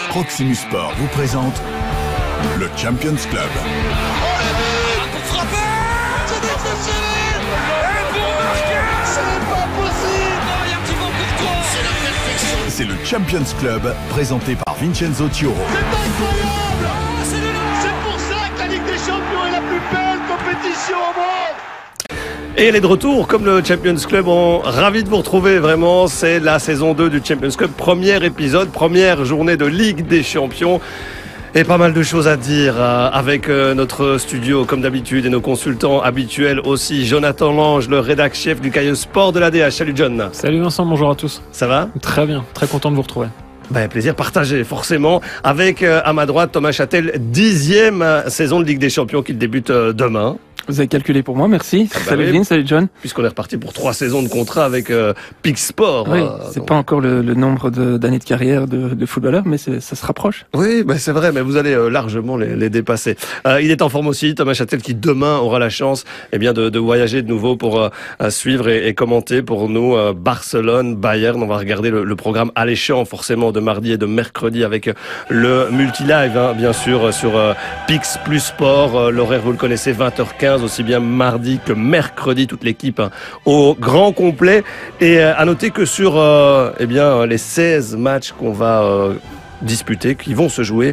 Proximus Sport vous présente le Champions Club. Oh la vie pour frapper. C'est exceptionnel. Et pour marquer. C'est pas possible. Non, il y a un petit vent pour toi. C'est la perfection. C'est le Champions Club présenté par Vincenzo Chioro. C'est incroyable. Oh, c'est pour ça que la Ligue des Champions est la plus belle compétition au monde. Et elle est de retour, comme le Champions Club, ravi de vous retrouver vraiment, c'est la saison 2 du Champions Club, premier épisode, première journée de Ligue des Champions. Et pas mal de choses à dire avec notre studio comme d'habitude et nos consultants habituels aussi. Jonathan Lange, le rédac chef du cahier sport de l'ADH. Salut John. Salut Vincent, bonjour à tous. Ça va ? Très bien, très content de vous retrouver. Plaisir partagé, forcément, avec à ma droite Thomas Châtel, 10e saison de Ligue des Champions qui débute demain. Vous avez calculé pour moi, merci. Salut Vin, salut John. Puisqu'on est reparti pour 3 saisons de contrat avec Pix Sport. Oui, c'est pas encore le nombre d'années de carrière de footballeur, mais ça se rapproche. Oui, c'est vrai, mais vous allez largement les dépasser. Il est en forme aussi, Thomas Châtel, qui demain aura la chance de voyager de nouveau pour suivre et commenter pour nous Barcelone, Bayern. On va regarder le programme alléchant forcément de mardi et de mercredi avec le multi-live, bien sûr, sur Pix plus Sport. L'horaire, vous le connaissez, 20h15. Aussi bien mardi que mercredi, toute l'équipe au grand complet. Et à noter que sur les 16 matchs qu'on va disputés, qui vont se jouer,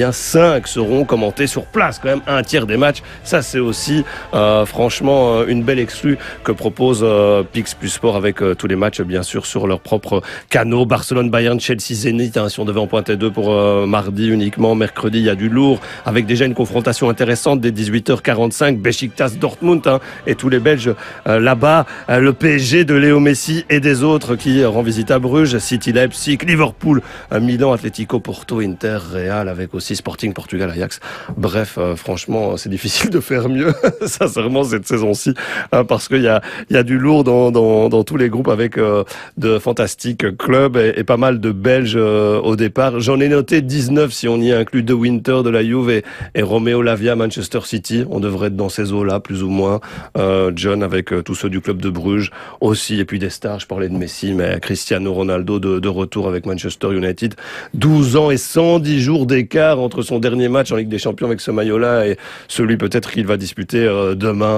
5 seront commentés sur place, quand même un tiers des matchs. Ça, c'est aussi franchement une belle exclue que propose Pix plus Sport avec tous les matchs, bien sûr, sur leurs propres canaux. Barcelone, Bayern, Chelsea, Zénith, si on devait en pointer 2 pour mardi uniquement. Mercredi, il y a du lourd, avec déjà une confrontation intéressante dès 18h45, Beşiktaş, Dortmund, et tous les Belges là-bas. Le PSG de Léo Messi et des autres qui rend visite à Bruges, City, Leipzig, Liverpool, Milan, Atlético, Porto, Inter, Real, avec aussi Sporting, Portugal, Ajax. Bref, franchement, c'est difficile de faire mieux, sincèrement, cette saison-ci, parce qu'il y a du lourd dans tous les groupes avec de fantastiques clubs et pas mal de Belges au départ. J'en ai noté 19 si on y inclut De Winter de la Juve et Romeo Lavia, Manchester City. On devrait être dans ces eaux-là, plus ou moins. John avec tous ceux du club de Bruges aussi, et puis des stars, je parlais de Messi, mais Cristiano Ronaldo de retour avec Manchester United. 12 ans et 110 jours d'écart entre son dernier match en Ligue des Champions avec ce maillot-là et celui peut-être qu'il va disputer demain.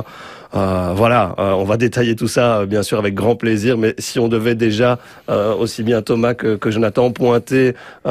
On va détailler tout ça bien sûr avec grand plaisir, mais si on devait déjà aussi bien Thomas que Jonathan pointer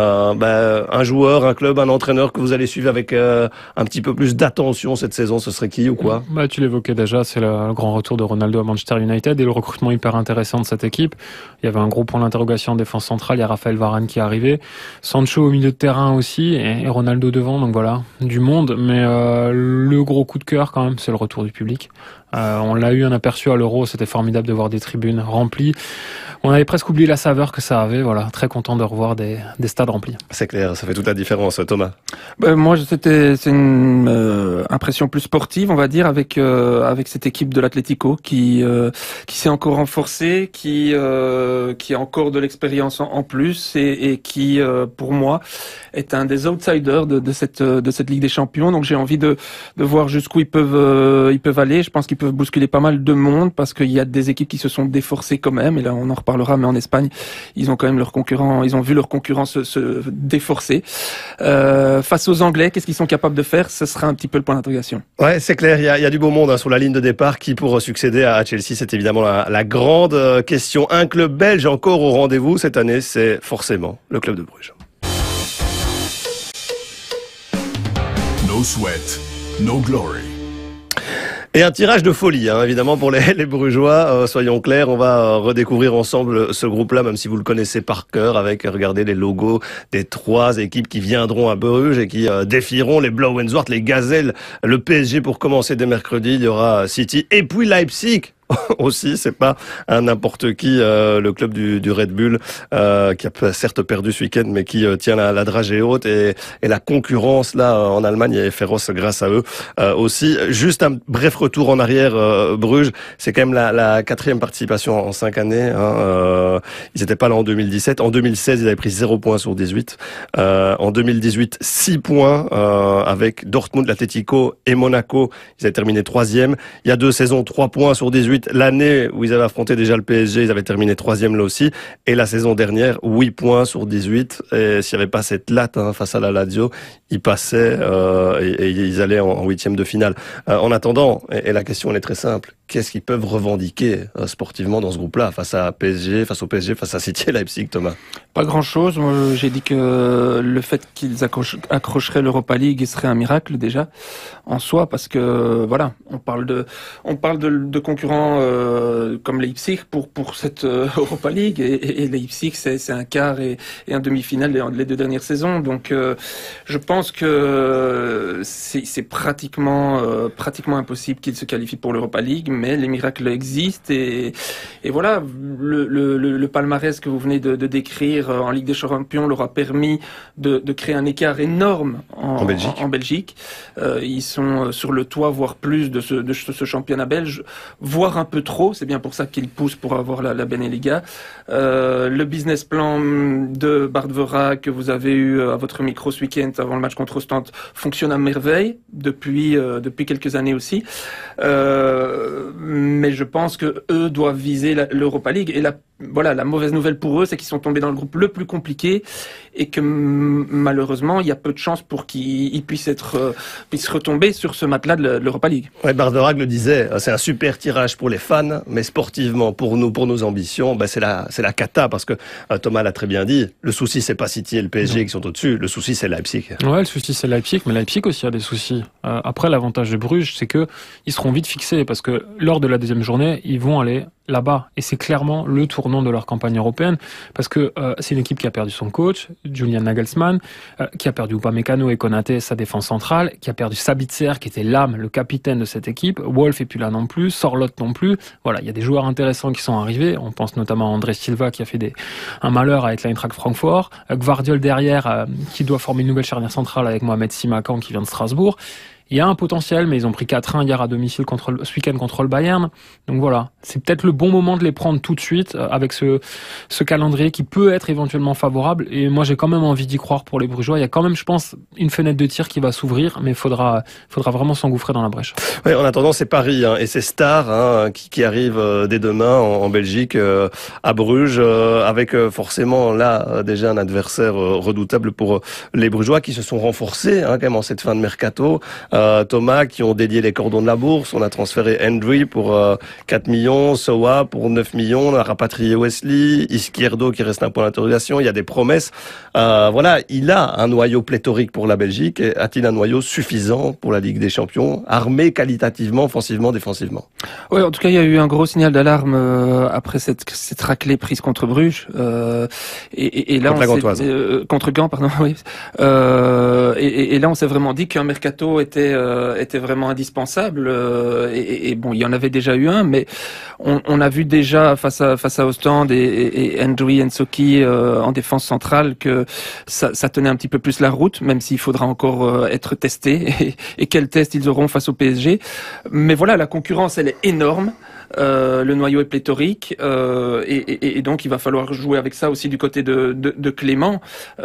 un joueur, un club, un entraîneur que vous allez suivre avec un petit peu plus d'attention cette saison, ce serait qui ou quoi ? Tu l'évoquais déjà, c'est le grand retour de Ronaldo à Manchester United et le recrutement hyper intéressant de cette équipe. Il y avait un gros point d'interrogation en défense centrale, il y a Raphaël Varane qui est arrivé, Sancho au milieu de terrain aussi et Ronaldo devant, donc voilà, du monde, mais le gros coup de cœur quand même, c'est le retour du public. On l'a eu un aperçu à l'Euro, c'était formidable de voir des tribunes remplies. On avait presque oublié la saveur que ça avait, voilà, très content de revoir des stades remplis. C'est clair, ça fait toute la différence, Thomas. Moi, c'est une impression plus sportive, on va dire, avec cette équipe de l'Atlético qui s'est encore renforcée, qui a encore de l'expérience en plus et qui, pour moi, est un des outsiders de cette Ligue des Champions. Donc j'ai envie de voir jusqu'où ils peuvent aller. Je pense qu'ils peuvent bousculer pas mal de monde parce qu'il y a des équipes qui se sont déforcées quand même. Et là, on en reparlera, mais en Espagne, ils ont quand même ils ont vu leurs concurrents se déforcer. Face aux Anglais, qu'est-ce qu'ils sont capables de faire ? Ce sera un petit peu le point d'interrogation. Ouais, c'est clair, il y a du beau monde sur la ligne de départ. Qui pour succéder à Chelsea, c'est évidemment la grande question. Un club belge encore au rendez-vous cette année, c'est forcément le club de Bruges. No sweat, no glory. Et un tirage de folie, évidemment, pour les Brugeois. Soyons clairs, on va redécouvrir ensemble ce groupe-là, même si vous le connaissez par cœur, avec, regardez, les logos des 3 équipes qui viendront à Bruges et qui défieront les Blauenzwart, les Gazelles, le PSG pour commencer dès mercredi. Il y aura City et puis Leipzig. Aussi, c'est pas un n'importe qui, le club du Red Bull, qui a certes perdu ce week-end, mais qui tient la dragée haute et la concurrence là en Allemagne est féroce grâce à eux aussi. Juste un bref retour en arrière, Bruges, c'est quand même la 4e participation en 5 années. Ils étaient pas là en 2017. En 2016, ils avaient pris 0 points sur 18. En 2018, 6 points avec Dortmund, l'Atlético et Monaco. Ils avaient terminé 3e. Il y a 2 saisons, 3 points sur 18 18. L'année où ils avaient affronté déjà le PSG, ils avaient terminé 3e là aussi. Et la saison dernière, 8 points sur 18. Et s'il n'y avait pas cette latte face à la Lazio, ils passaient et ils allaient en 8e de finale. En attendant, et la question elle est très simple, qu'est-ce qu'ils peuvent revendiquer sportivement dans ce groupe-là face au PSG, face à City et Leipzig, Thomas? Pas grand-chose. Moi, j'ai dit que le fait qu'ils accrocheraient l'Europa League serait un miracle déjà en soi, parce que voilà, on parle de concurrents comme Leipzig pour cette Europa League, et Leipzig c'est un quart et un demi-finale les 2 dernières saisons. Donc je pense que c'est pratiquement impossible qu'ils se qualifient pour l'Europa League, mais les miracles existent, et voilà, le palmarès que vous venez de décrire en Ligue des Champions leur a permis de créer un écart énorme en Belgique. Ils sont sur le toit, voire plus de ce championnat belge, voire un peu trop. C'est bien pour ça qu'ils poussent pour avoir la Beneliga. Le business plan de Bart Vera que vous avez eu à votre micro ce week-end avant le match contre Ostende fonctionne à merveille depuis quelques années aussi. Mais je pense que eux doivent viser l'Europa League, et la mauvaise nouvelle pour eux, c'est qu'ils sont tombés dans le groupe le plus compliqué, et que malheureusement il y a peu de chances pour qu'ils puissent retomber sur ce matelas de l'Europa League. Ouais, Barderag le disait, c'est un super tirage pour les fans, mais sportivement pour nous, pour nos ambitions, c'est la cata, parce que Thomas l'a très bien dit, le souci c'est pas City et le PSG qui sont au-dessus, le souci c'est Leipzig. Ouais, le souci c'est Leipzig, mais Leipzig aussi a des soucis. Après, l'avantage de Bruges, c'est que ils seront vite fixés, parce que lors de la 2e journée, ils vont aller là-bas, et c'est clairement le tournant de leur campagne européenne, parce que c'est une équipe qui a perdu son coach, Julian Nagelsmann, qui a perdu Upamecano et Konaté, sa défense centrale, qui a perdu Sabitzer, qui était l'âme, le capitaine de cette équipe. Wolf est plus là non plus, Sorloth non plus. Voilà, il y a des joueurs intéressants qui sont arrivés. On pense notamment à André Silva, qui a fait un malheur avec l'Eintracht Francfort, Gvardiol derrière, qui doit former une nouvelle charnière centrale avec Mohamed Simakan, qui vient de Strasbourg. Il y a un potentiel, mais ils ont pris 4-1 hier à domicile ce week-end contre le Bayern. Donc voilà, c'est peut-être le bon moment de les prendre tout de suite avec ce calendrier qui peut être éventuellement favorable. Et moi, j'ai quand même envie d'y croire pour les Brugeois. Il y a quand même, je pense, une fenêtre de tir qui va s'ouvrir, mais il faudra vraiment s'engouffrer dans la brèche. Ouais, en attendant, c'est Paris et c'est Star qui arrive dès demain en Belgique, à Bruges, avec forcément là déjà un adversaire redoutable pour les Brugeois qui se sont renforcés quand même en cette fin de mercato. Thomas, qui ont dédié les cordons de la bourse. On a transféré Hendry pour 4 millions, Sowa pour 9 millions, on a rapatrié Wesley, Izquierdo qui reste un point d'interrogation. Il y a des promesses. Voilà, il a un noyau pléthorique pour la Belgique. A-t-il un noyau suffisant pour la Ligue des Champions, armé qualitativement, offensivement, défensivement? Oui, en tout cas, il y a eu un gros signal d'alarme après cette raclée prise contre Bruges. Et là, contre Gand, pardon. Oui. Et là, on s'est vraiment dit qu'un mercato était vraiment indispensable. Et bon, il y en avait déjà eu un, mais on a vu déjà face à Ostende et Hendry et Nsoki en défense centrale que ça tenait un petit peu plus la route, même s'il faudra encore être testé. Et quel test ils auront face au PSG. Mais voilà, la concurrence, elle est énorme. Le noyau est pléthorique et donc il va falloir jouer avec ça aussi du côté de Clément,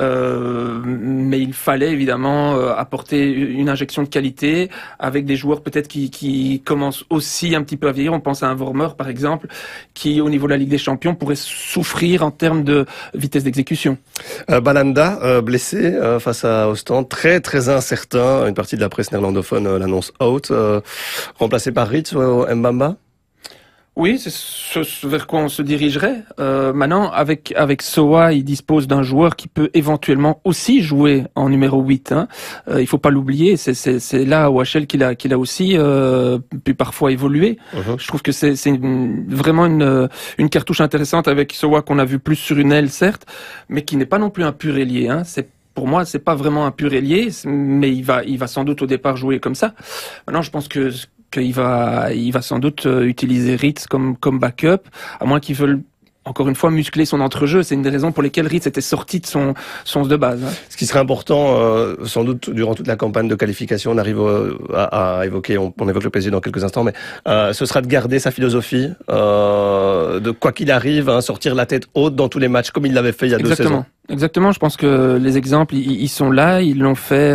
mais il fallait évidemment apporter une injection de qualité avec des joueurs peut-être qui commencent aussi un petit peu à vieillir. On pense à un Vormer par exemple qui au niveau de la Ligue des Champions pourrait souffrir en termes de vitesse d'exécution. Balanda blessé face à Ostende, très très incertain, une partie de la presse néerlandophone l'annonce out, remplacé par Ritz ou Mbamba. Oui, c'est ce vers quoi on se dirigerait. Maintenant, avec Sowa, il dispose d'un joueur qui peut éventuellement aussi jouer en numéro 8. Il faut pas l'oublier. C'est là à OHL qu'il a aussi pu parfois évoluer. Je trouve que c'est vraiment une cartouche intéressante avec Sowa qu'on a vu plus sur une aile, certes, mais qui n'est pas non plus un pur ailier. Pour moi, c'est pas vraiment un pur ailier, mais il va sans doute au départ jouer comme ça. Maintenant, je pense qu'il va sans doute utiliser Ritz comme backup, à moins qu'ils veulent encore une fois muscler son entrejeu. C'est une des raisons pour lesquelles Ritz était sorti de son 11 de base. Ce qui serait important, sans doute durant toute la campagne de qualification, on arrive à évoquer, on évoque le PSG dans quelques instants, mais ce sera de garder sa philosophie, de quoi qu'il arrive, sortir la tête haute dans tous les matchs, comme il l'avait fait il y a 2 saisons. Exactement, je pense que les exemples, ils sont là, ils l'ont fait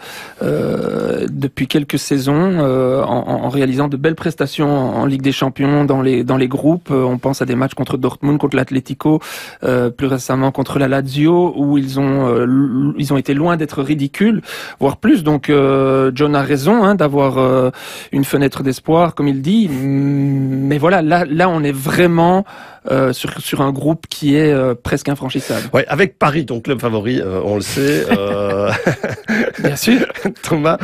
depuis quelques saisons en réalisant de belles prestations en Ligue des Champions dans les groupes. On pense à des matchs contre Dortmund, contre l'Atlético, plus récemment contre la Lazio, où ils ont été loin d'être ridicules, voire plus. Donc John a raison d'avoir une fenêtre d'espoir, comme il dit. Mais voilà, là on est vraiment sur un groupe qui est presque infranchissable. Ouais, avec Paris, ton club favori, on le sait. Bien sûr, Thomas.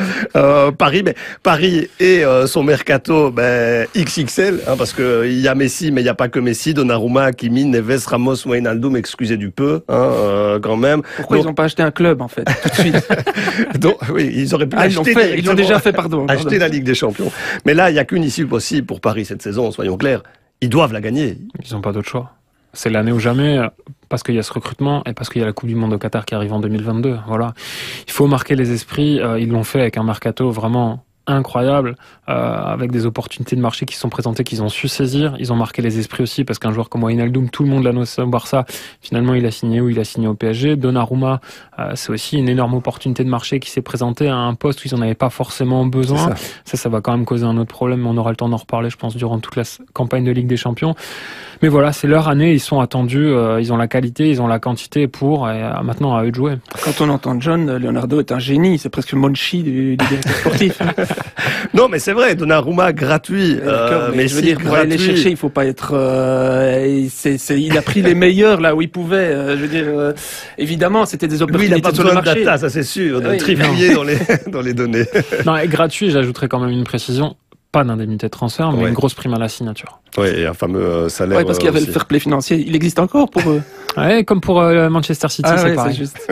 Paris et son mercato XXL, parce que il y a Messi, mais il n'y a pas que Messi. Donnarumma, Hakimi, Neves, Ramos, Wijnaldum, excusez du peu, quand même. Pourquoi ils n'ont pas acheté un club en fait tout de suite? Donc, oui, ils auraient pu ils l'ont déjà fait, pardon. Acheter la Ligue des Champions. Mais là, il n'y a qu'une issue possible pour Paris cette saison, soyons clairs. Ils doivent la gagner. Ils n'ont pas d'autre choix. C'est l'année ou jamais, parce qu'il y a ce recrutement et parce qu'il y a la Coupe du Monde au Qatar qui arrive en 2022. Voilà. Il faut marquer les esprits. Ils l'ont fait avec un mercato vraiment incroyable, avec des opportunités de marché qui se sont présentées, qu'ils ont su saisir. Ils ont marqué les esprits aussi, parce qu'un joueur comme Wijnaldum, tout le monde l'annonçait au Barça. Finalement, il a signé où? Il a signé au PSG. Donnarumma, c'est aussi une énorme opportunité de marché qui s'est présentée à un poste où ils n'en avaient pas forcément besoin. Ça va quand même causer un autre problème, mais on aura le temps d'en reparler, je pense, durant toute la campagne de Ligue des Champions. Mais voilà, c'est leur année, ils sont attendus, ils ont la qualité, ils ont la quantité pour, et maintenant à eux de jouer. Quand on entend John, Leonardo est un génie, c'est presque le Monchi du directeur sportif. Non, mais c'est vrai, Donnarumma gratuit. Mais je veux dire, pour aller les chercher, il faut pas être. Il a pris les meilleurs là où il pouvait. Je veux dire, évidemment, c'était des opportunités sur le marché. Il a pas besoin de data, ça c'est sûr, de trifouiller dans les données. Non, et gratuit, j'ajouterais quand même une précision. Pas d'indemnité de transfert, mais une grosse prime à la signature. Oui, et un fameux salaire. Oui, parce qu'il y avait le fair play financier. Il existe encore pour eux. Ouais, comme pour Manchester City, c'est pareil. C'est juste.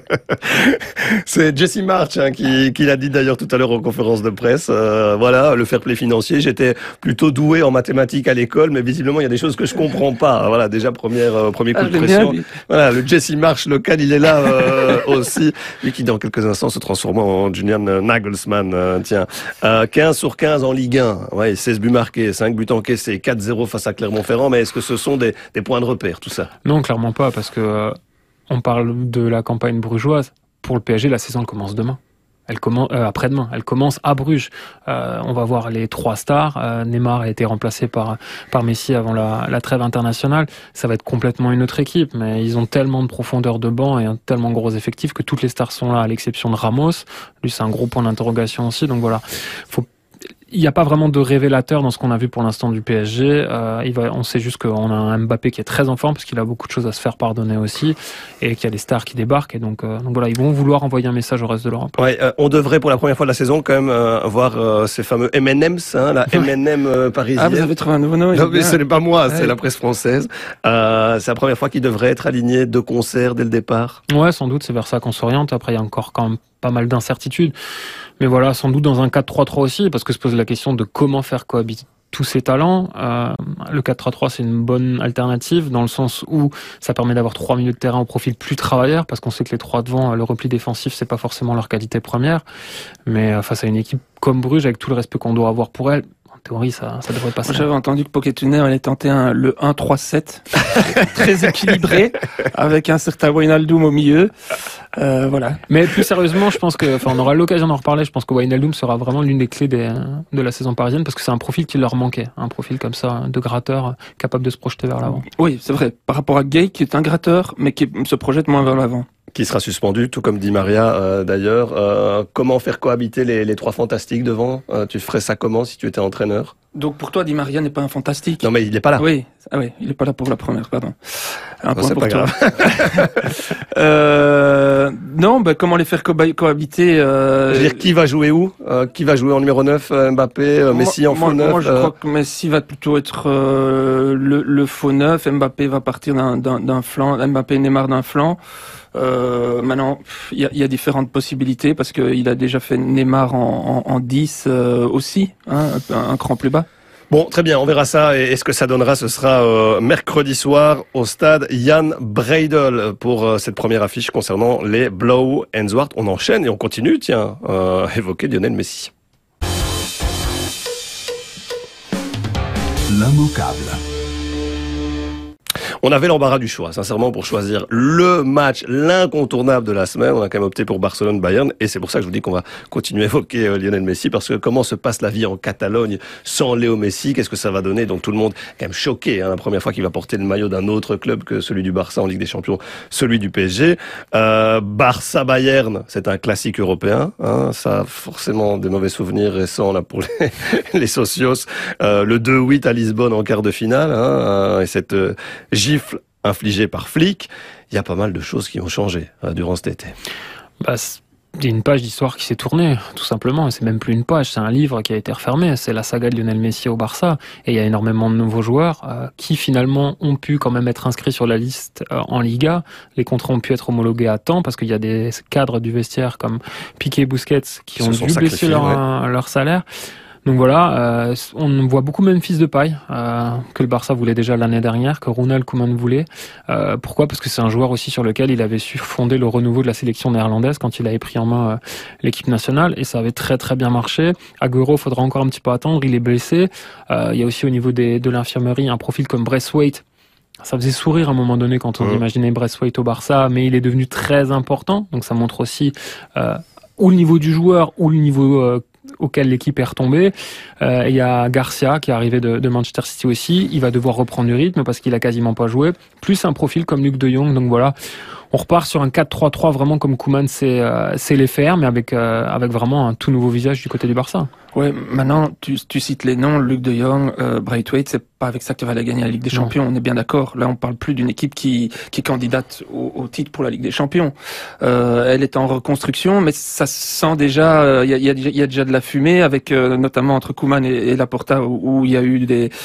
C'est Jesse March qui l'a dit d'ailleurs tout à l'heure en conférence de presse. Voilà, le fair play financier. J'étais plutôt doué en mathématiques à l'école, mais visiblement il y a des choses que je comprends pas. Voilà, déjà premier coup de pression. Voilà, le Jesse March local, il est là aussi. Lui qui dans quelques instants se transforme en Julian Nagelsmann. 15 sur 15 en Ligue 1. Ouais, 16 buts marqués, 5 buts encaissés, 4-0 face à Clermont-Ferrand. Mais est-ce que ce sont des points de repère, tout ça? Non, clairement pas, parce que on parle de la campagne brugeoise. Pour le PSG, la saison elle commence demain. Elle commence après-demain. Elle commence à Bruges. On va voir les 3 stars. Neymar a été remplacé par Messi avant la trêve internationale. Ça va être complètement une autre équipe, mais ils ont tellement de profondeur de banc et un tellement gros effectif que toutes les stars sont là, à l'exception de Ramos. Lui, c'est un gros point d'interrogation aussi. Donc voilà, il n'y a pas vraiment de révélateur dans ce qu'on a vu pour l'instant du PSG. On sait juste qu'on a un Mbappé qui est très en forme parce qu'il a beaucoup de choses à se faire pardonner aussi et qu'il y a des stars qui débarquent. Et donc voilà, ils vont vouloir envoyer un message au reste de l'Europe. Ouais, on devrait pour la première fois de la saison quand même voir ces fameux M&M's, la M&M parisienne. Ah, vous avez trouvé un nouveau nom? Non, mais ce n'est pas moi, c'est la presse française. C'est la première fois qu'ils devraient être alignés de concert dès le départ. Ouais, sans doute, c'est vers ça qu'on s'oriente. Après, il y a encore quand même pas mal d'incertitudes. Mais voilà, sans doute dans un 4-3-3 aussi, parce que se pose la question de comment faire cohabiter tous ces talents. Le 4-3-3, c'est une bonne alternative, dans le sens où ça permet d'avoir 3 milieux de terrain au profil plus travailleurs, parce qu'on sait que les 3 devant, le repli défensif, c'est pas forcément leur qualité première. Mais face à une équipe comme Bruges, avec tout le respect qu'on doit avoir pour elle, en théorie, ça devrait passer. J'avais entendu que Pochettino allait tenter le 1-3-7, très équilibré, avec un certain Wijnaldum au milieu. Voilà. Mais plus sérieusement, je pense on aura l'occasion d'en reparler. Je pense que Wijnaldum sera vraiment l'une des clés de la saison parisienne, parce que c'est un profil qui leur manquait, un profil comme ça de gratteur, capable de se projeter vers l'avant. Oui, c'est vrai. Par rapport à Gay, qui est un gratteur, mais qui se projette moins vers l'avant. Qui sera suspendu, tout comme dit Maria d'ailleurs. Comment faire cohabiter les 3 fantastiques devant? Tu ferais ça comment si tu étais entraîneur? Donc pour toi, Di Maria n'est pas un fantastique? Non, mais il n'est pas là. Oui, il n'est pas là pour la première, pardon. Un point c'est pour pas toi. Grave. Non, comment les faire cohabiter Je veux dire, qui va jouer où? Qui va jouer en numéro 9? Mbappé, Messi en faux 9? Moi, je crois que Messi va plutôt être le faux 9. Mbappé va partir d'un flanc. Mbappé et Neymar d'un flanc. Maintenant, il y a différentes possibilités, parce qu'il a déjà fait Neymar en 10 aussi, un cran plus bas. Bon, très bien, on verra ça. Et ce que ça donnera, ce sera mercredi soir au stade Jan Breydel pour cette première affiche concernant les Blauw en Zwart. On enchaîne et on continue, évoquer Lionel Messi. L'immanquable. On avait l'embarras du choix, sincèrement, pour choisir le match, l'incontournable de la semaine. On a quand même opté pour Barcelone-Bayern, et c'est pour ça que je vous dis qu'on va continuer à évoquer Lionel Messi, parce que comment se passe la vie en Catalogne sans Léo Messi? Qu'est-ce que ça va donner? Donc tout le monde est quand même choqué, la première fois qu'il va porter le maillot d'un autre club que celui du Barça en Ligue des Champions, celui du PSG. Barça-Bayern, c'est un classique européen, ça a forcément des mauvais souvenirs récents là pour les socios. Le 2-8 à Lisbonne en quart de finale, et cette gifle infligée par Flick. Il y a pas mal de choses qui ont changé durant cet été. Il y a une page d'histoire qui s'est tournée, tout simplement. Et c'est même plus une page, c'est un livre qui a été refermé. C'est la saga de Lionel Messi au Barça. Et il y a énormément de nouveaux joueurs qui finalement ont pu quand même être inscrits sur la liste en Liga. Les contrats ont pu être homologués à temps parce qu'il y a des cadres du vestiaire comme Piqué et Busquets qui ont dû baisser leur salaire. Donc voilà, on voit beaucoup Memphis Depay que le Barça voulait déjà l'année dernière, que Ronald Koeman voulait. Pourquoi? Parce que c'est un joueur aussi sur lequel il avait su fonder le renouveau de la sélection néerlandaise quand il avait pris en main l'équipe nationale, et ça avait très très bien marché. Agüero, faudra encore un petit peu attendre, il est blessé. Il y a aussi au niveau de l'infirmerie un profil comme Braithwaite. Ça faisait sourire à un moment donné quand on imaginait Braithwaite au Barça, mais il est devenu très important. Donc ça montre aussi ou le niveau du joueur ou le niveau auquel l'équipe est retombée. Il y a Garcia qui est arrivé de Manchester City aussi. Il va devoir reprendre du rythme parce qu'il a quasiment pas joué. Plus un profil comme Luc de Jong. Donc voilà, on repart sur un 4-3-3 vraiment comme Koeman sait les faire, mais avec vraiment un tout nouveau visage du côté du Barça. Ouais, maintenant tu cites les noms, Luc de Jong, Braithwaite, c'est pas avec ça que tu vas aller gagner la Ligue des Champions, on est bien d'accord. Là, on parle plus d'une équipe qui est candidate au titre pour la Ligue des Champions. Elle est en reconstruction, mais ça sent déjà, il y a déjà de la fumée avec notamment entre Koeman et Laporta où il y a eu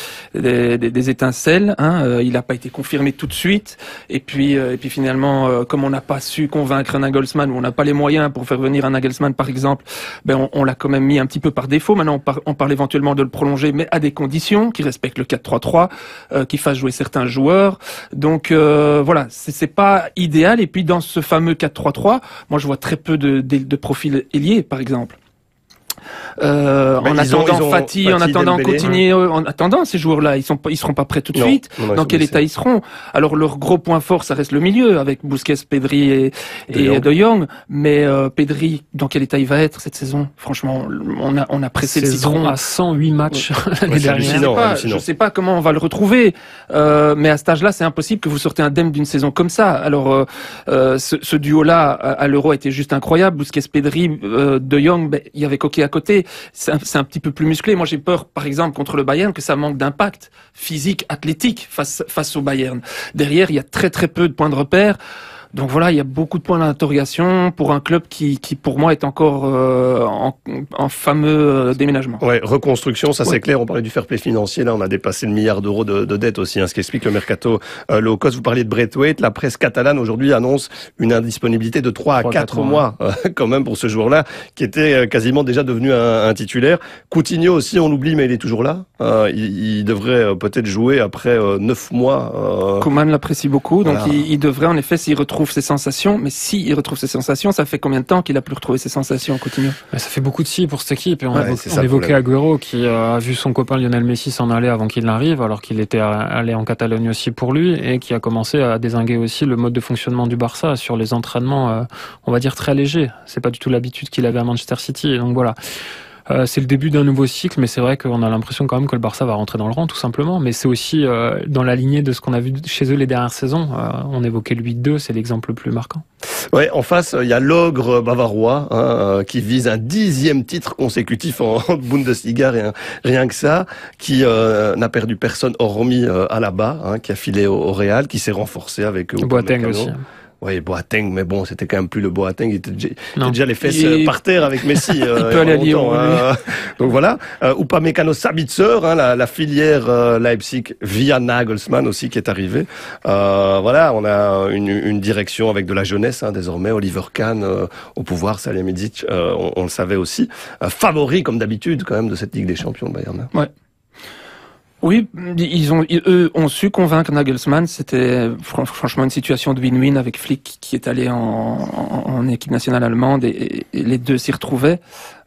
des étincelles. Il n'a pas été confirmé tout de suite, et puis finalement, comme on n'a pas su convaincre un Nagelsmann, ou on n'a pas les moyens pour faire venir un Nagelsmann par exemple, on l'a quand même mis un petit peu par défaut. Maintenant, on parle éventuellement de le prolonger, mais à des conditions qui respectent le 4-3-3, qui fassent jouer certains joueurs. Donc voilà, c'est pas idéal. Et puis dans ce fameux 4-3-3, moi je vois très peu de profils ailiers, par exemple. En attendant Fati, en attendant Coutinho, en attendant ces joueurs-là, ils seront pas prêts tout de suite. Dans quel état ils seront? Alors leur gros point fort, ça reste le milieu avec Busquets, Pedri et De Jong. Mais Pedri, dans quel état il va être cette saison? Franchement, on a pressé le citron à 108 matchs l'année dernière. Je sais pas comment on va le retrouver. Mais à cet âge-là, c'est impossible que vous sortez indemne d'une saison comme ça. Alors ce duo-là à l'Euro était juste incroyable. Busquets, Pedri, De Jong, il y avait Coquet à côté. C'est un petit peu plus musclé. Moi, j'ai peur, par exemple, contre le Bayern, que ça manque d'impact physique, athlétique face au Bayern. Derrière, il y a très très peu de points de repère. Donc voilà, il y a beaucoup de points d'interrogation pour un club qui pour moi est encore en fameux déménagement. Ouais, reconstruction, ça c'est clair. On parlait du fair play financier. Là, on a dépassé le milliard d'euros de dettes aussi, ce qui explique le mercato low cost. Vous parliez de Braithwaite. La presse catalane aujourd'hui annonce une indisponibilité de 3 à 4 mois quand même pour ce joueur-là, qui était quasiment déjà devenu un titulaire. Coutinho aussi, on l'oublie, mais il est toujours là. Il devrait peut-être jouer après 9 mois. Koeman l'apprécie beaucoup, donc voilà. Il devrait en effet, s'il retrouve ses sensations, mais s'il retrouve ses sensations, ça fait combien de temps qu'il a plus retrouvé ses sensations, Coutinho? Ça fait beaucoup de si pour cette équipe. Et on évoquait Agüero qui a vu son copain Lionel Messi s'en aller avant qu'il n'arrive, alors qu'il était allé en Catalogne aussi pour lui, et qui a commencé à dézinguer aussi le mode de fonctionnement du Barça sur les entraînements, on va dire très légers. C'est pas du tout l'habitude qu'il avait à Manchester City. Et donc voilà. C'est le début d'un nouveau cycle, mais c'est vrai qu'on a l'impression quand même que le Barça va rentrer dans le rang, tout simplement. Mais c'est aussi dans la lignée de ce qu'on a vu chez eux les dernières saisons. On évoquait le 8-2, c'est l'exemple le plus marquant. Ouais, en face, il y a l'ogre bavarois qui vise un 10e titre consécutif en Bundesliga, rien que ça, qui n'a perdu personne hormis Alaba, qui a filé au Real, qui s'est renforcé avec Boateng aussi. Oui, Boateng, mais bon, c'était quand même plus le Boateng, il était déjà les fesses par terre avec Messi. Il peut aller à Lyon. Donc voilà. Upamecano Sabitzer, la filière Leipzig via Nagelsmann aussi qui est arrivée. Voilà, on a une direction avec de la jeunesse désormais. Oliver Kahn au pouvoir, Salihamidzic, on le savait aussi. Favori comme d'habitude quand même de cette Ligue des Champions, le Bayern. Ouais. Oui, eux ont su convaincre Nagelsmann. C'était franchement une situation de win-win avec Flick qui est allé en équipe nationale allemande et les deux s'y retrouvaient.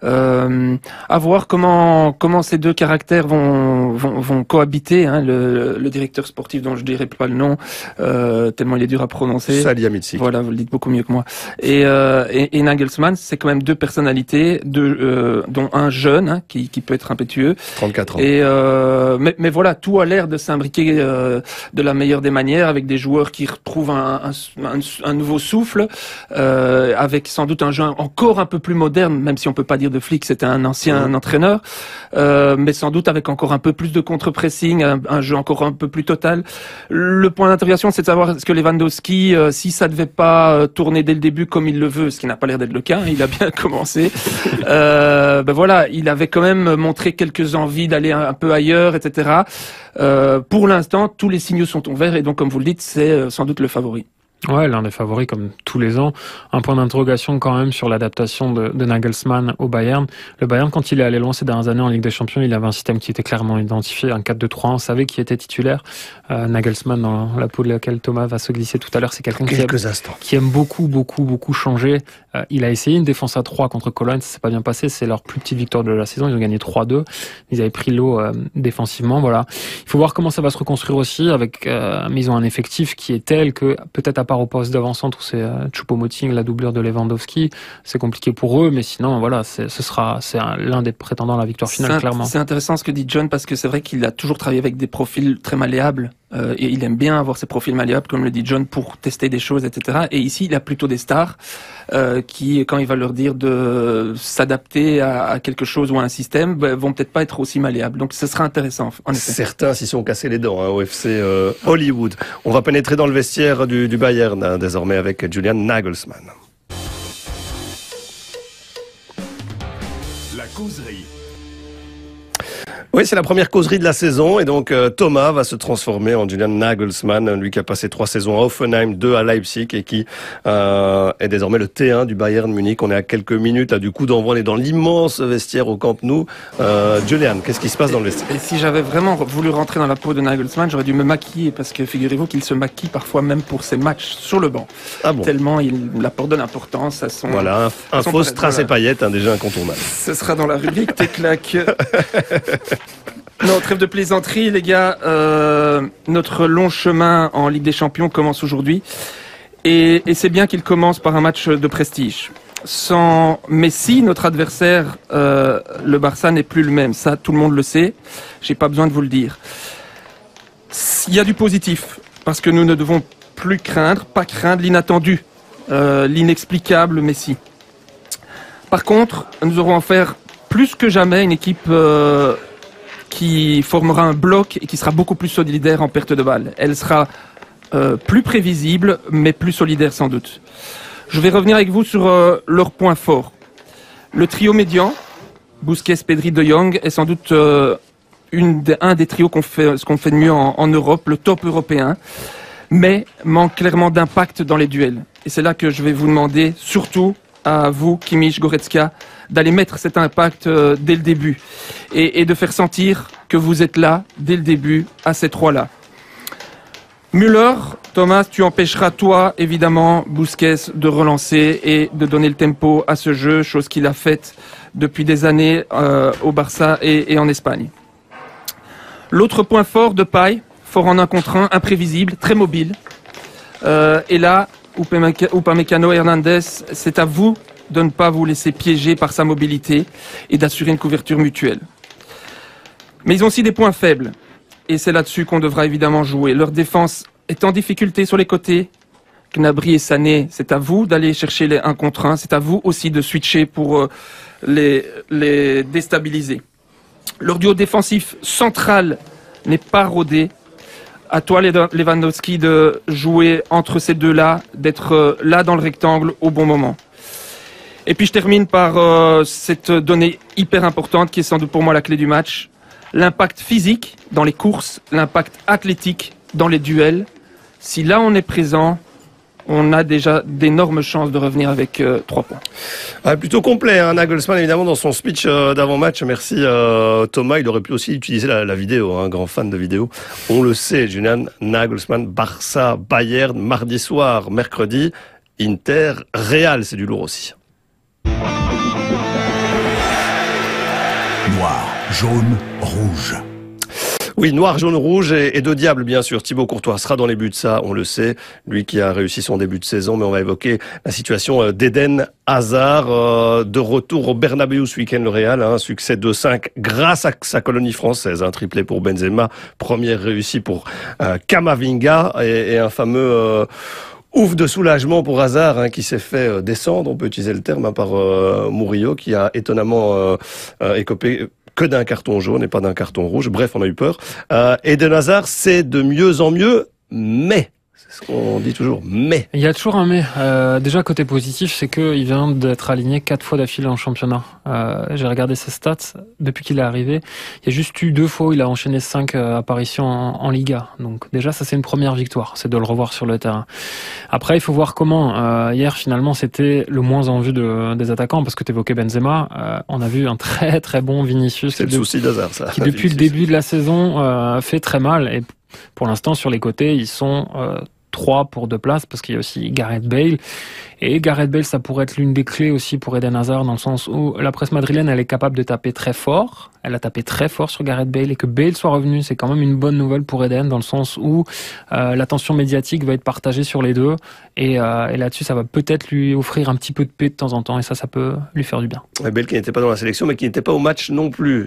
À voir comment ces deux caractères vont cohabiter. Hein. Le directeur sportif dont je dirai pas le nom tellement il est dur à prononcer. Salihamidzic. Voilà, vous le dites beaucoup mieux que moi. Et Nagelsmann, c'est quand même deux personnalités, dont un jeune hein, qui peut être impétueux. 34 ans. Et mais voilà, tout a l'air de s'imbriquer de la meilleure des manières, avec des joueurs qui retrouvent un nouveau souffle, avec sans doute un jeu encore un peu plus moderne, même si on peut pas dire de Flick, c'était un ancien entraîneur, mais sans doute avec encore un peu plus de contre-pressing, un jeu encore un peu plus total. Le point d'interrogation, c'est de savoir est-ce que Lewandowski, si ça devait pas tourner dès le début comme il le veut, ce qui n'a pas l'air d'être le cas, il a bien commencé. Voilà, il avait quand même montré quelques envies d'aller un peu ailleurs, etc. Pour l'instant, tous les signaux sont ouverts et donc, comme vous le dites, c'est sans doute le favori. Ouais, l'un des favoris comme tous les ans. Un point d'interrogation quand même sur l'adaptation de Nagelsmann au Bayern. Le Bayern, quand il est allé loin ces dernières années en Ligue des Champions, il avait un système qui était clairement identifié, un 4-2-3-1. On savait qui était titulaire. Nagelsmann, dans la peau de laquelle Thomas va se glisser tout à l'heure, c'est quelqu'un qui aime beaucoup changer. Il a essayé une défense à 3 contre Cologne, ça s'est pas bien passé. C'est leur plus petite victoire de la saison. Ils ont gagné 3-2. Ils avaient pris l'eau défensivement. Voilà. Il faut voir comment ça va se reconstruire aussi. Mais ils ont un effectif qui est tel que peut-être à part au poste d'avant-centre où c'est Choupo-Moting, la doublure de Lewandowski, c'est compliqué pour eux, mais sinon voilà, c'est l'un des prétendants à la victoire finale, clairement. C'est intéressant ce que dit John, parce que c'est vrai qu'il a toujours travaillé avec des profils très malléables, et il aime bien avoir ces profils malléables, comme le dit John, pour tester des choses, etc. Et ici, il a plutôt des stars qui, quand il va leur dire de s'adapter à quelque chose ou à un système, vont peut-être pas être aussi malléables. Donc ce sera intéressant, en effet. Certains s'y sont cassés les dents au FC Hollywood. On va pénétrer dans le vestiaire du Bayern désormais avec Julian Nagelsmann. La causerie. Oui, c'est la première causerie de la saison et donc Thomas va se transformer en Julian Nagelsmann, lui qui a passé 3 saisons à Hoffenheim, 2 à Leipzig et qui est désormais le T1 du Bayern Munich. On est à quelques minutes là, du coup d'envoi, on est dans l'immense vestiaire au Camp Nou. Julian, qu'est-ce qui se passe dans le vestiaire? Et si j'avais vraiment voulu rentrer dans la peau de Nagelsmann, j'aurais dû me maquiller, parce que figurez-vous qu'il se maquille parfois même pour ses matchs sur le banc. Ah bon? Tellement il apporte de l'importance à son... Voilà, un faux strass et paillettes, déjà incontournable. Ce sera dans la rubrique Téclac. Non, trêve de plaisanterie, les gars. Notre long chemin en Ligue des Champions commence aujourd'hui. Et c'est bien qu'il commence par un match de prestige. Sans Messi, notre adversaire, le Barça n'est plus le même. Ça, tout le monde le sait. J'ai pas besoin de vous le dire. Il y a du positif, parce que nous ne devons pas craindre l'inattendu, l'inexplicable Messi. Par contre, nous aurons à faire plus que jamais une équipe qui formera un bloc et qui sera beaucoup plus solidaire en perte de balle. Elle sera plus prévisible, mais plus solidaire sans doute. Je vais revenir avec vous sur leurs points forts. Le trio médian, Busquets, Pedri, De Jong, est sans doute un des trios qu'on fait de mieux en Europe, le top européen, mais manque clairement d'impact dans les duels. Et c'est là que je vais vous demander, surtout à vous, Kimmich, Goretzka, d'aller mettre cet impact dès le début et de faire sentir que vous êtes là dès le début à ces trois-là. Müller, Thomas, tu empêcheras toi, évidemment, Busquets de relancer et de donner le tempo à ce jeu, chose qu'il a faite depuis des années au Barça et en Espagne. L'autre point fort de Depay, fort en 1 contre 1, imprévisible, très mobile. Et là, Upamecano, Hernandez, c'est à vous de ne pas vous laisser piéger par sa mobilité et d'assurer une couverture mutuelle. Mais ils ont aussi des points faibles. Et c'est là-dessus qu'on devra évidemment jouer. Leur défense est en difficulté sur les côtés. Gnabry et Sané, c'est à vous d'aller chercher les 1 contre 1. C'est à vous aussi de switcher pour les déstabiliser. Leur duo défensif central n'est pas rodé. À toi, Lewandowski, de jouer entre ces deux-là, d'être là dans le rectangle au bon moment. Et puis je termine par cette donnée hyper importante qui est sans doute pour moi la clé du match. L'impact physique dans les courses, l'impact athlétique dans les duels. Si là on est présent, on a déjà d'énormes chances de revenir avec 3 points. Plutôt complet, hein, Nagelsmann évidemment dans son speech d'avant-match. Merci Thomas, il aurait pu aussi utiliser la vidéo, un grand fan de vidéo. On le sait, Julian Nagelsmann, Barça, Bayern, mardi soir, mercredi, Inter, Real, c'est du lourd aussi. Noir, jaune, rouge. Oui, noir, jaune, rouge et deux diables, bien sûr. Thibaut Courtois sera dans les buts, ça, on le sait. Lui qui a réussi son début de saison, mais on va évoquer la situation d'Eden Hazard, de retour au Bernabéu ce week-end, le Real, un succès 2-5 grâce à sa colonie française, un triplé pour Benzema, première réussie pour Camavinga et un fameux ouf de soulagement pour Hazard, qui s'est fait descendre, on peut utiliser le terme, par Murillo, qui a étonnamment écopé que d'un carton jaune et pas d'un carton rouge. Bref, on a eu peur. Eden Hazard, c'est de mieux en mieux, mais... C'est ce qu'on dit toujours, mais... Il y a toujours un mais. Déjà, côté positif, c'est qu'il vient d'être aligné 4 fois d'affilée en championnat. J'ai regardé ses stats depuis qu'il est arrivé. Il y a juste eu 2 fois où il a enchaîné 5 apparitions en Liga. Donc déjà, ça c'est une première victoire, c'est de le revoir sur le terrain. Après, il faut voir comment. Hier, finalement, c'était le moins en vue des attaquants, parce que tu évoquais Benzema. On a vu un très très bon Vinicius. C'est le souci d'Hazard, ça. Qui depuis le début de la saison fait très mal. Et pour l'instant, sur les côtés, ils sont 3 pour 2 places, parce qu'il y a aussi Gareth Bale. Et Gareth Bale, ça pourrait être l'une des clés aussi pour Eden Hazard, dans le sens où la presse madrilène, elle est capable de taper très fort. Elle a tapé très fort sur Gareth Bale, et que Bale soit revenu, c'est quand même une bonne nouvelle pour Eden, dans le sens où l'attention médiatique va être partagée sur les deux. Et là-dessus, ça va peut-être lui offrir un petit peu de paix de temps en temps, et ça peut lui faire du bien. Et Bale qui n'était pas dans la sélection, mais qui n'était pas au match non plus.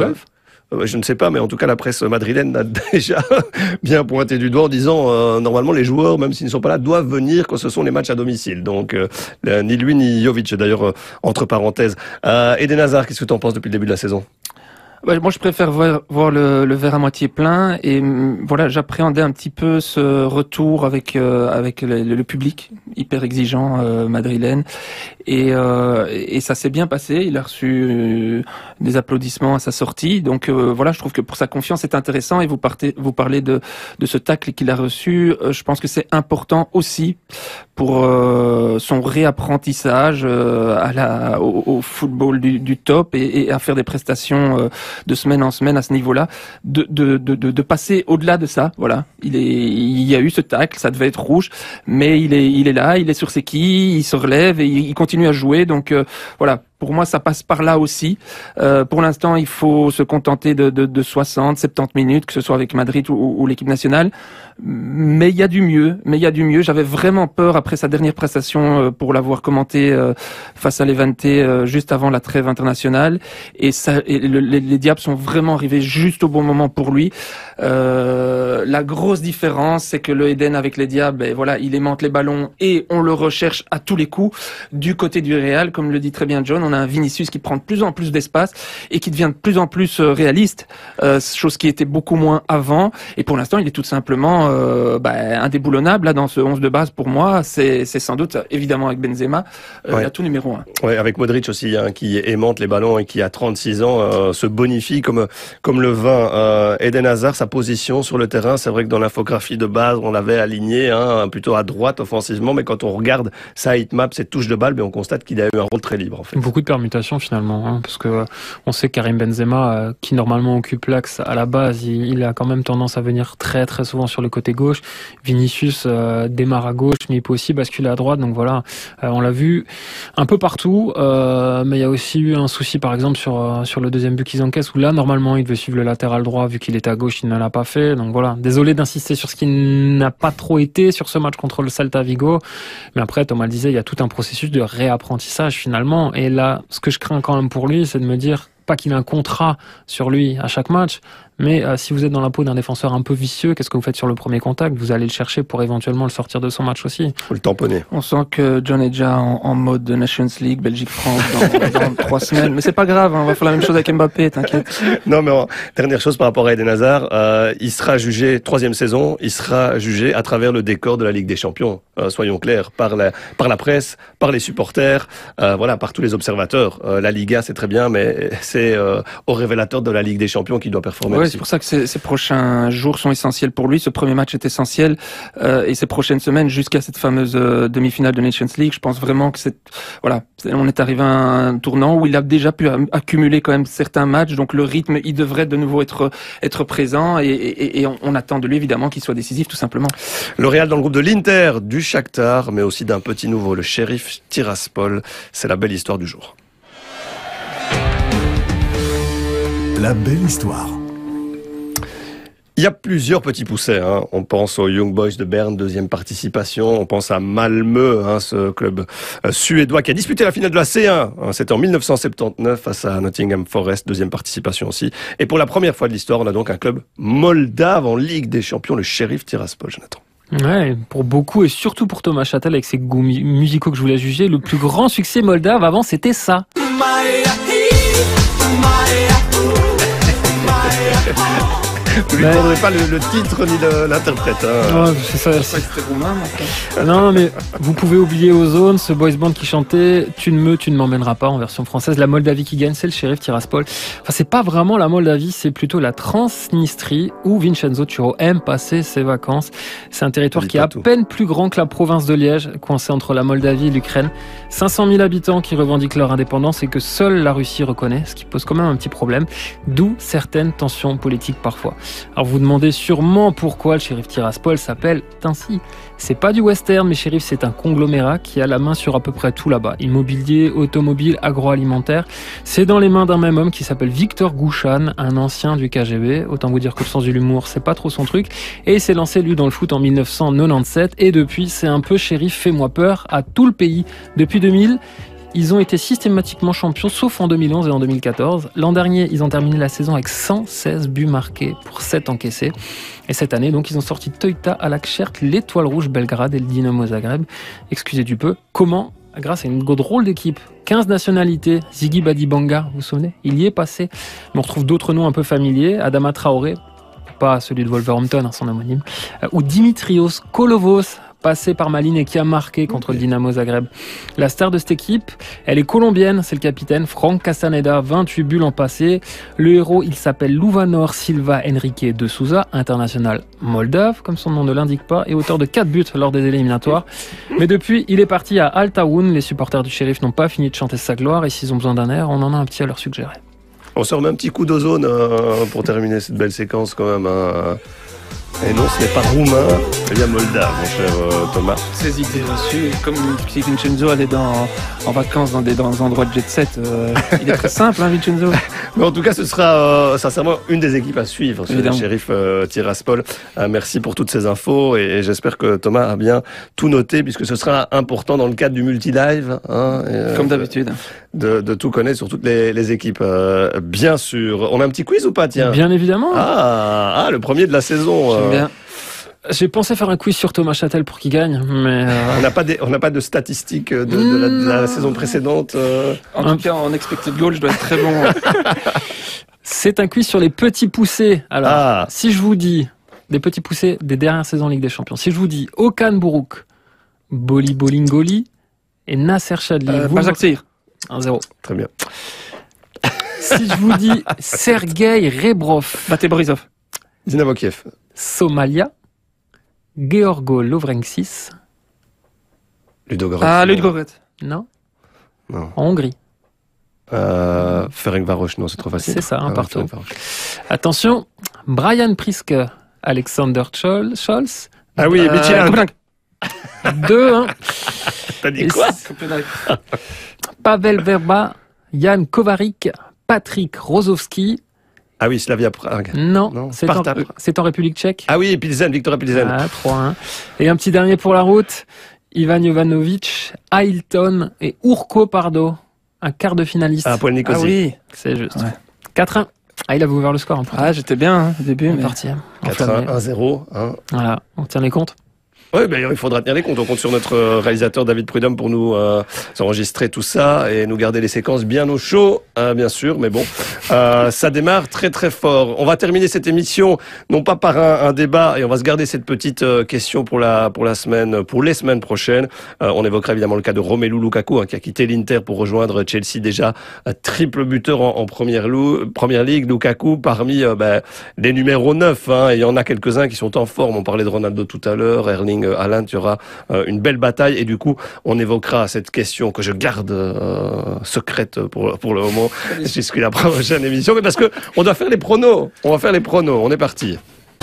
Je ne sais pas, mais en tout cas, la presse madrilène a déjà bien pointé du doigt en disant normalement, les joueurs, même s'ils ne sont pas là, doivent venir quand ce sont les matchs à domicile. Donc, ni lui ni Jovic, d'ailleurs, entre parenthèses. Eden Hazard, qu'est-ce que tu en penses depuis le début de la saison ? Moi, je préfère voir le verre à moitié plein, et voilà, j'appréhendais un petit peu ce retour avec le public hyper exigeant madrilène, et ça s'est bien passé. Il a reçu des applaudissements à sa sortie, donc voilà, je trouve que pour sa confiance c'est intéressant. Et vous parlez de ce tacle qu'il a reçu. Je pense que c'est important aussi pour son réapprentissage au football du top, et à faire des prestations de semaine en semaine à ce niveau-là, de passer au-delà de ça. Voilà, il y a eu ce tacle, ça devait être rouge, mais il est là, il est sur ses quilles, il se relève et il continue à jouer. Donc voilà. Pour moi, ça passe par là aussi. Pour l'instant, il faut se contenter de 60, 70 minutes, que ce soit avec Madrid ou l'équipe nationale. Mais il y a du mieux. J'avais vraiment peur après sa dernière prestation pour l'avoir commenté face à Levante juste avant la trêve internationale. Et les Diables sont vraiment arrivés juste au bon moment pour lui. La grosse différence, c'est que le Eden avec les Diables, voilà, il aimante les ballons et on le recherche à tous les coups. Du côté du Real, comme le dit très bien John, on a un Vinicius qui prend de plus en plus d'espace et qui devient de plus en plus réaliste, chose qui était beaucoup moins avant. Et pour l'instant, il est tout simplement indéboulonnable là dans ce 11 de base. Pour moi, c'est sans doute, évidemment avec Benzema, l'atout numéro 1. Ouais, avec Modric aussi, qui aimante les ballons et qui à 36 ans se bonifie comme le vin. Eden Hazard, sa position sur le terrain, c'est vrai que dans l'infographie de base, on l'avait aligné plutôt à droite offensivement, mais quand on regarde sa hitmap, cette touche de balle, on constate qu'il a eu un rôle très libre en fait. Beaucoup de permutations finalement, parce que on sait que Karim Benzema, qui normalement occupe l'axe à la base, il a quand même tendance à venir très très souvent sur le côté gauche. Vinicius démarre à gauche, mais il peut aussi basculer à droite. Donc voilà, on l'a vu un peu partout, mais il y a aussi eu un souci par exemple sur le deuxième but qu'ils encaissent, où là normalement il devait suivre le latéral droit, vu qu'il était à gauche, il ne l'a pas fait. Donc voilà, désolé d'insister sur ce qui n'a pas trop été sur ce match contre le Celta Vigo, mais après Thomas le disait, il y a tout un processus de réapprentissage finalement. Et là, ce que je crains quand même pour lui, c'est de me dire, pas qu'il a un contrat sur lui à chaque match, mais si vous êtes dans la peau d'un défenseur un peu vicieux, qu'est-ce que vous faites sur le premier contact ? Vous allez le chercher pour éventuellement le sortir de son match aussi. Faut le tamponner. On sent que John est déjà en mode Nations League, Belgique-France dans 3 semaines. Mais c'est pas grave, on va faire la même chose avec Mbappé, t'inquiète. Non, mais dernière chose par rapport à Eden Hazard, il sera jugé, 3e saison, il sera jugé à travers le décor de la Ligue des Champions. Soyons clairs, par la presse, par les supporters, par tous les observateurs. La Liga, c'est très bien, mais c'est au révélateur de la Ligue des Champions qui doit performer. Oui, c'est pour ça que ces prochains jours sont essentiels pour lui. Ce premier match est essentiel et ces prochaines semaines jusqu'à cette fameuse demi-finale de Nations League. Je pense vraiment que on est arrivé à un tournant où il a déjà pu accumuler quand même certains matchs. Donc le rythme, il devrait de nouveau être présent et on attend de lui évidemment qu'il soit décisif tout simplement. Le Real dans le groupe de l'Inter, du Shakhtar, mais aussi d'un petit nouveau, le Sheriff Tiraspol. C'est la belle histoire du jour. La belle histoire. Il y a plusieurs petits poussets. On pense aux Young Boys de Berne, deuxième participation. On pense à Malmö, ce club suédois qui a disputé la finale de la C1. C'était en 1979 face à Nottingham Forest, deuxième participation aussi. Et pour la première fois de l'histoire, on a donc un club moldave en Ligue des Champions, le Sheriff Tiraspol, Jonathan. Ouais, pour beaucoup et surtout pour Thomas Châtel avec ses goûts musicaux que je voulais juger, le plus grand succès moldave avant c'était ça. Vous lui demanderez pas le titre ni l'interprète. C'est ça. Non, mais vous pouvez oublier Ozone, ce boys band qui chantait tu ne m'emmèneras pas en version française. La Moldavie qui gagne, c'est le Sheriff Tiraspol. Enfin, c'est pas vraiment la Moldavie, c'est plutôt la Transnistrie où Vincenzo Turo aime passer ses vacances. C'est un territoire qui est à peine plus grand que la province de Liège, coincé entre la Moldavie et l'Ukraine. 500 000 habitants qui revendiquent leur indépendance et que seule la Russie reconnaît, ce qui pose quand même un petit problème, d'où certaines tensions politiques parfois. Alors vous demandez sûrement pourquoi le Sheriff Tiraspol s'appelle ainsi. C'est pas du western, mais Sheriff c'est un conglomérat qui a la main sur à peu près tout là-bas. Immobilier, automobile, agroalimentaire. C'est dans les mains d'un même homme qui s'appelle Victor Gouchan, un ancien du KGB. Autant vous dire que le sens de l'humour, c'est pas trop son truc. Et il s'est lancé lui dans le foot en 1997 et depuis c'est un peu Sheriff fais-moi peur à tout le pays. Depuis 2000, ils ont été systématiquement champions, sauf en 2011 et en 2014. L'an dernier, ils ont terminé la saison avec 116 buts marqués pour 7 encaissés. Et cette année, donc, ils ont sorti Toyota Alakshert, l'Étoile Rouge Belgrade et le Dinamo Zagreb. Excusez du peu. Comment ? Grâce à une drôle d'équipe. 15 nationalités. Ziggy Badibanga, vous vous souvenez ? Il y est passé. Mais on retrouve d'autres noms un peu familiers. Adama Traoré, pas celui de Wolverhampton, son homonyme. Ou Dimitrios Kolovos, passé par Malines et qui a marqué contre le Dinamo Zagreb. La star de cette équipe, elle est colombienne, c'est le capitaine Franck Castaneda, 28 buts l'an passé. Le héros, il s'appelle Luvanor Silva Enrique de Souza, international moldave, comme son nom ne l'indique pas, et auteur de 4 buts lors des éliminatoires. Mais depuis, il est parti à Altaoun. Les supporters du Sheriff n'ont pas fini de chanter sa gloire et s'ils ont besoin d'un air, on en a un petit à leur suggérer. On se remet un petit coup d'ozone pour terminer cette belle séquence quand même. Et non, ce n'est pas roumain, il y a moldave, mon cher Thomas. Ces idées reçues, comme si Vincenzo allait en vacances dans des endroits de jet set, il est très simple, Vincenzo. Mais en tout cas, ce sera sincèrement une des équipes à suivre, ce Sheriff Tiraspol. Merci pour toutes ces infos et j'espère que Thomas a bien tout noté puisque ce sera important dans le cadre du multi-live. Comme d'habitude. De tout connaître sur toutes les équipes, bien sûr. On a un petit quiz ou pas, tiens ? Bien évidemment. Le premier de la saison. J'aime bien. J'ai pensé faire un quiz sur Thomas Châtel pour qu'il gagne, mais on n'a pas de statistiques de la saison précédente. En tout cas, en expected goal, je dois être très bon. C'est un quiz sur les petits poussés. Alors, si je vous dis des petits poussés des dernières saisons en Ligue des Champions, si je vous dis Okan Buruk, Boli Bolingoli et Nasser Chadli, Bajak Seir. 1-0. Très bien. Si je vous dis Sergei Rebrov, Bate Borisov, Dinamo Kiev, Somalia, Georgo Lovrenksis, Ludogorets. Ludogorets. Non. En Hongrie. Ferencváros, non, c'est trop facile. C'est ça, un partout. Attention, Brian Priske, Alexander Scholz. Ah oui, Midtjylland. 2-1. T'as dit quoi? Pavel Verba, Jan Kovarik, Patrick Rozovski. Ah oui, Slavia Prague. Non, c'est en République tchèque. Ah oui, Pilsen, Victoria Pilsen. 3-1. Et un petit dernier pour la route. Ivan Jovanovic, Ailton et Urko Pardo. Un quart de finaliste. Paul Nicosie. Ah oui, c'est juste. Ouais. 4-1. Il avait ouvert le score. J'étais bien au début. On est parti. 4-1, 1-0. Voilà, on tient les comptes. Oui, il faudra tenir les comptes. On compte sur notre réalisateur David Prudhomme pour nous enregistrer tout ça et nous garder les séquences bien au chaud, bien sûr. Mais bon, ça démarre très très fort. On va terminer cette émission non pas par un débat, et on va se garder cette petite question pour les semaines prochaines. On évoquera évidemment le cas de Romelu Lukaku, qui a quitté l'Inter pour rejoindre Chelsea, déjà triple buteur en première ligue. Lukaku parmi les numéros 9. Il y en a quelques-uns qui sont en forme. On parlait de Ronaldo tout à l'heure, Erling Haaland. Il y aura une belle bataille, et du coup on évoquera cette question que je garde secrète pour le moment jusqu'à la prochaine émission, mais parce que on doit faire les pronos. On va faire les pronos. On est parti.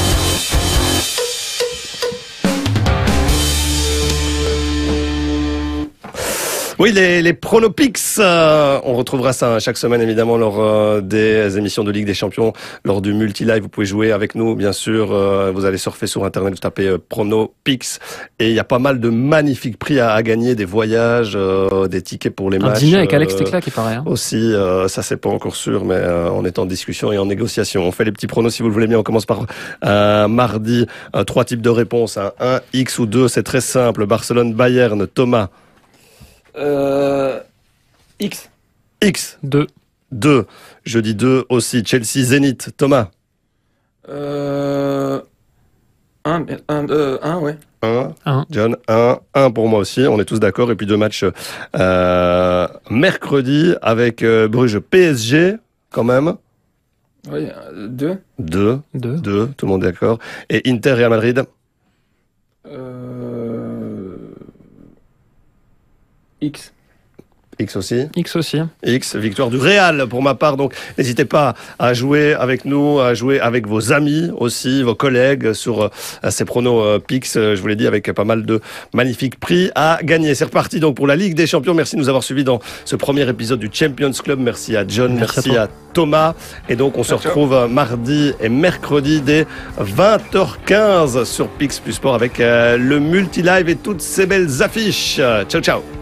Oui, les Pronopix, on retrouvera ça chaque semaine évidemment lors des émissions de Ligue des Champions, lors du multi-live. Vous pouvez jouer avec nous, bien sûr. Vous allez surfer sur Internet, vous tapez Pronopix, et il y a pas mal de magnifiques prix à gagner, des voyages, des tickets pour les matchs. Un dîner avec Alex Tecla qui paraît. Aussi, ça c'est pas encore sûr, mais on est en discussion et en négociation. On fait les petits pronos si vous le voulez bien. On commence par mardi. 3 types de réponses, 1 X ou 2, c'est très simple. Barcelone-Bayern, Thomas. X. 2. Je dis 2 aussi. Chelsea-Zénith, Thomas. 1, ouais. 1. John, 1 pour moi aussi. On est tous d'accord. Et puis 2 matchs mercredi avec Bruges PSG, quand même. Oui, 2. 2. Tout le monde est d'accord. Et Inter-Real Madrid. X. X aussi. X, victoire du Real pour ma part. Donc n'hésitez pas à jouer avec nous, à jouer avec vos amis aussi, vos collègues sur ces pronos Pix, je vous l'ai dit, avec pas mal de magnifiques prix à gagner. C'est reparti donc pour la Ligue des Champions. Merci de nous avoir suivis dans ce premier épisode du Champions Club. Merci à John, merci à Thomas. Et donc on se retrouve mardi et mercredi dès 20h15 sur Pix Plus Sport avec le multi-live et toutes ces belles affiches. Ciao, ciao.